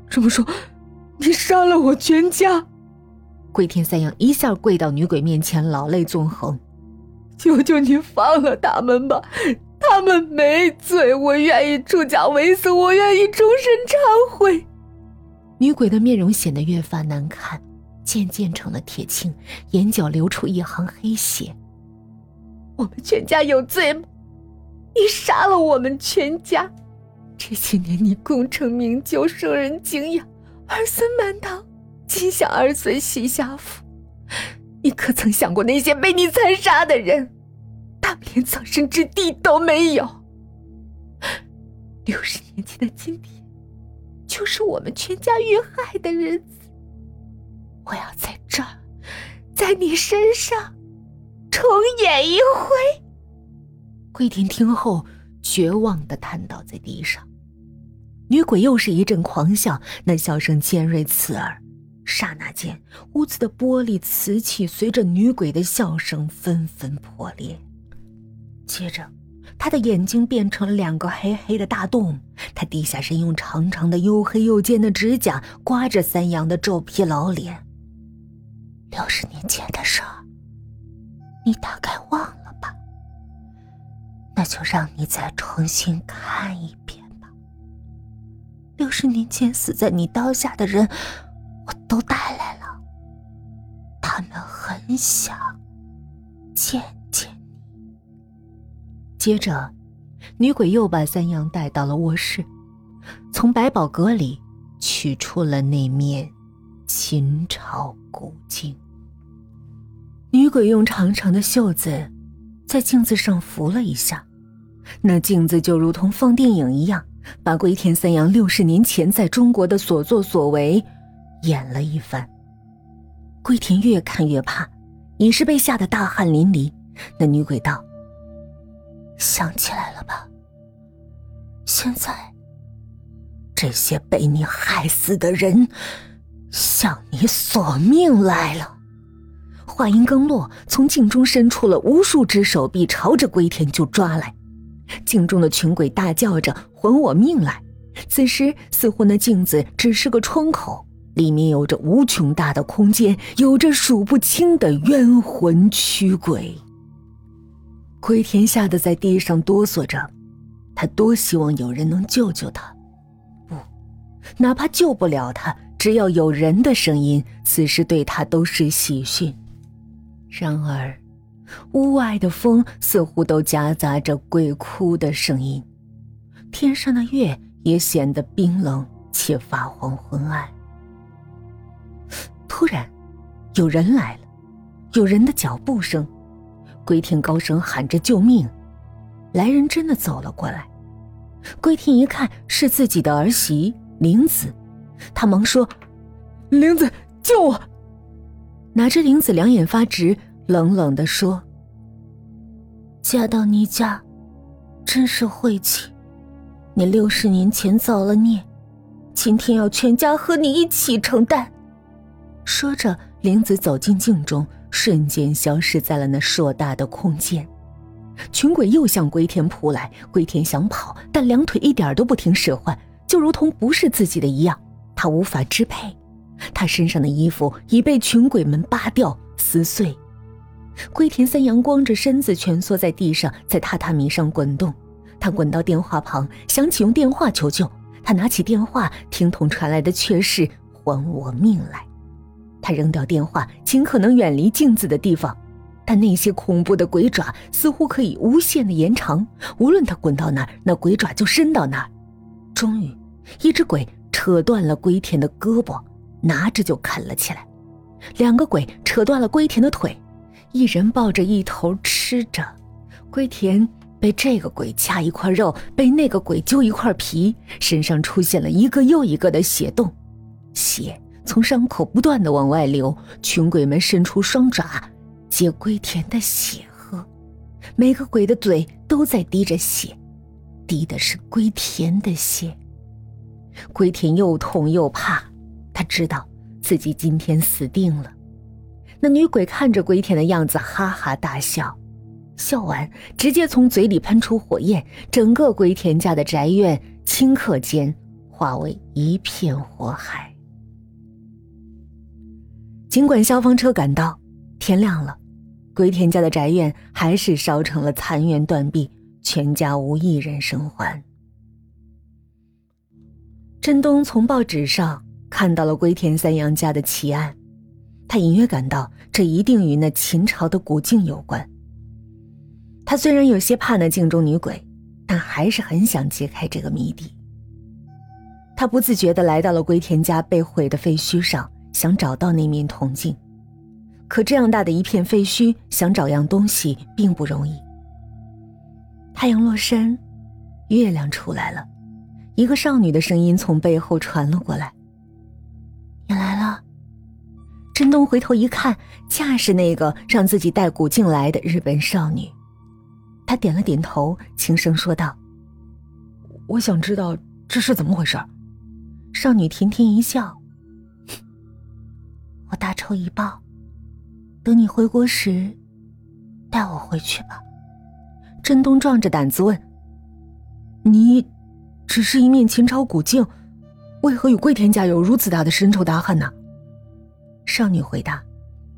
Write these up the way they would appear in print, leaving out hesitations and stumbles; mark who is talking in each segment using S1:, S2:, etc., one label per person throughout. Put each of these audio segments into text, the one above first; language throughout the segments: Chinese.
S1: 这么说，你杀了我全家？
S2: 龟田三阳一下跪到女鬼面前，老泪纵横。
S1: 求求你放了他们吧，他们没罪，我愿意出家为僧，我愿意终身忏悔。
S2: 女鬼的面容显得越发难看，渐渐成了铁青，眼角流出一行黑血。
S1: 我们全家有罪吗？你杀了我们全家，这些年你功成名就，受人敬仰，儿孙满堂，尽享儿孙膝下福。你可曾想过那些被你残杀的人，他们连藏身之地都没有。60年前的今天，就是我们全家遇害的日子。我要在这儿，在你身上重演一回。
S2: 龟田听后绝望地瘫倒在地上。女鬼又是一阵狂笑，那笑声尖锐刺耳。刹那间，屋子的玻璃瓷器随着女鬼的笑声纷纷破裂。接着她的眼睛变成了2个黑黑的大洞，她低下身，用长长的又黑又尖的指甲刮着三阳的皱皮老脸。60年前的事儿，你大概忘了吧？那就让你再重新看一遍吧。60年前死在你刀下的人，我都带来了，他们很想见见你。接着，女鬼又把三阳带到了卧室，从百宝阁里取出了那面秦朝古镜。女鬼用长长的袖子在镜子上拂了一下，那镜子就如同放电影一样，把龟田三阳60年前在中国的所作所为演了一番。龟田越看越怕，已是被吓得大汗淋漓。那女鬼道：想起来了吧？现在这些被你害死的人向你索命来了。话音刚落，从镜中伸出了无数只手臂，朝着龟田就抓来。镜中的群鬼大叫着还我命来。此时似乎那镜子只是个窗口，里面有着无穷大的空间，有着数不清的冤魂驱鬼。龟田吓得在地上哆嗦着，他多希望有人能救救他。不，哪怕救不了他，只要有人的声音，此时对他都是喜讯。然而屋外的风似乎都夹杂着鬼哭的声音，天上的月也显得冰冷且发黄昏暗。突然有人来了，有人的脚步声，龟田高声喊着救命。来人真的走了过来，龟田一看是自己的儿媳玲子，他忙说：
S1: 玲子，救我！
S2: 哪知玲子两眼发直，冷冷地说：嫁到你家真是晦气，你60年前造了孽，今天要全家和你一起承担。说着，玲子走进镜中，瞬间消失在了那硕大的空间。群鬼又向龟田扑来，龟田想跑，但两腿一点都不听使唤，就如同不是自己的一样，他无法支配。他身上的衣服已被群鬼们扒掉撕碎。龟田三阳光着身子蜷缩在地上，在榻榻米上滚动。他滚到电话旁，想起用电话求救。他拿起电话，听筒传来的却是还我命来。他扔掉电话，尽可能远离镜子的地方，但那些恐怖的鬼爪似乎可以无限的延长，无论他滚到哪儿，那鬼爪就伸到哪儿。终于，一只鬼扯断了龟田的胳膊，拿着就砍了起来。2个鬼扯断了龟田的腿，一人抱着一头吃着。龟田被这个鬼掐一块肉，被那个鬼揪一块皮，身上出现了一个又一个的血洞，血从伤口不断地往外流。群鬼们伸出双爪接龟田的血喝，每个鬼的嘴都在滴着血，滴的是龟田的血。龟田又痛又怕，他知道自己今天死定了。那女鬼看着龟田的样子，哈哈大笑，笑完直接从嘴里喷出火焰，整个龟田家的宅院顷刻间化为一片火海。尽管消防车赶到，天亮了，龟田家的宅院还是烧成了残垣断壁，全家无一人生还。真东从报纸上看到了龟田三阳家的奇案，他隐约感到这一定与那秦朝的古镜有关。他虽然有些怕那镜中女鬼，但还是很想揭开这个谜底。他不自觉地来到了龟田家被毁的废墟上，想找到那面铜镜。可这样大的一片废墟，想找样东西并不容易。太阳落山，月亮出来了，一个少女的声音从背后传了过来：“你来了。”真东回头一看，恰是那个让自己带古镜来的日本少女。他点了点头，轻声说道：“
S1: 我想知道这是怎么回事。”
S2: 少女甜甜一笑：“我大仇已报，等你回国时带我回去吧。”真东壮着胆子问：“你只是一面秦朝古镜，为何与龟田家有如此大的深仇大恨呢？”少女回答：“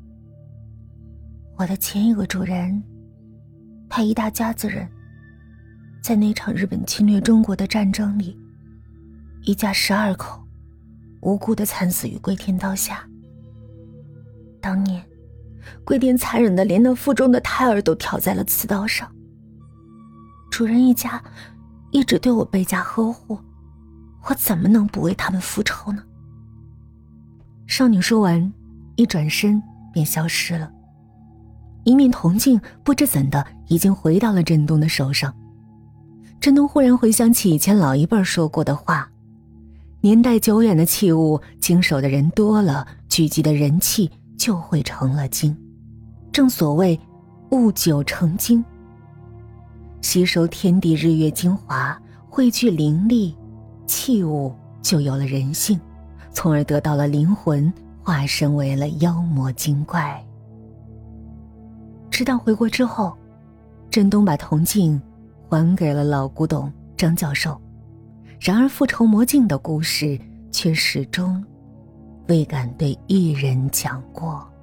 S2: 我的前一个主人，他一大家子人，在那场日本侵略中国的战争里，一家12口无辜地惨死于龟田刀下。当年龟田残忍地连那腹中的胎儿都挑在了刺刀上。主人一家一直对我倍加呵护，我怎么能不为他们复仇呢？”少女说完，一转身便消失了。一面铜镜不知怎的已经回到了振东的手上。振东忽然回想起以前老一辈说过的话：年代久远的器物，经手的人多了，聚集的人气就会成了精。正所谓物久成精，吸收天地日月精华，汇聚灵力，器物就有了人性，从而得到了灵魂，化身为了妖魔精怪。直到回国之后，振东把铜镜还给了老古董张教授，然而复仇魔镜的故事却始终未敢对一人讲过。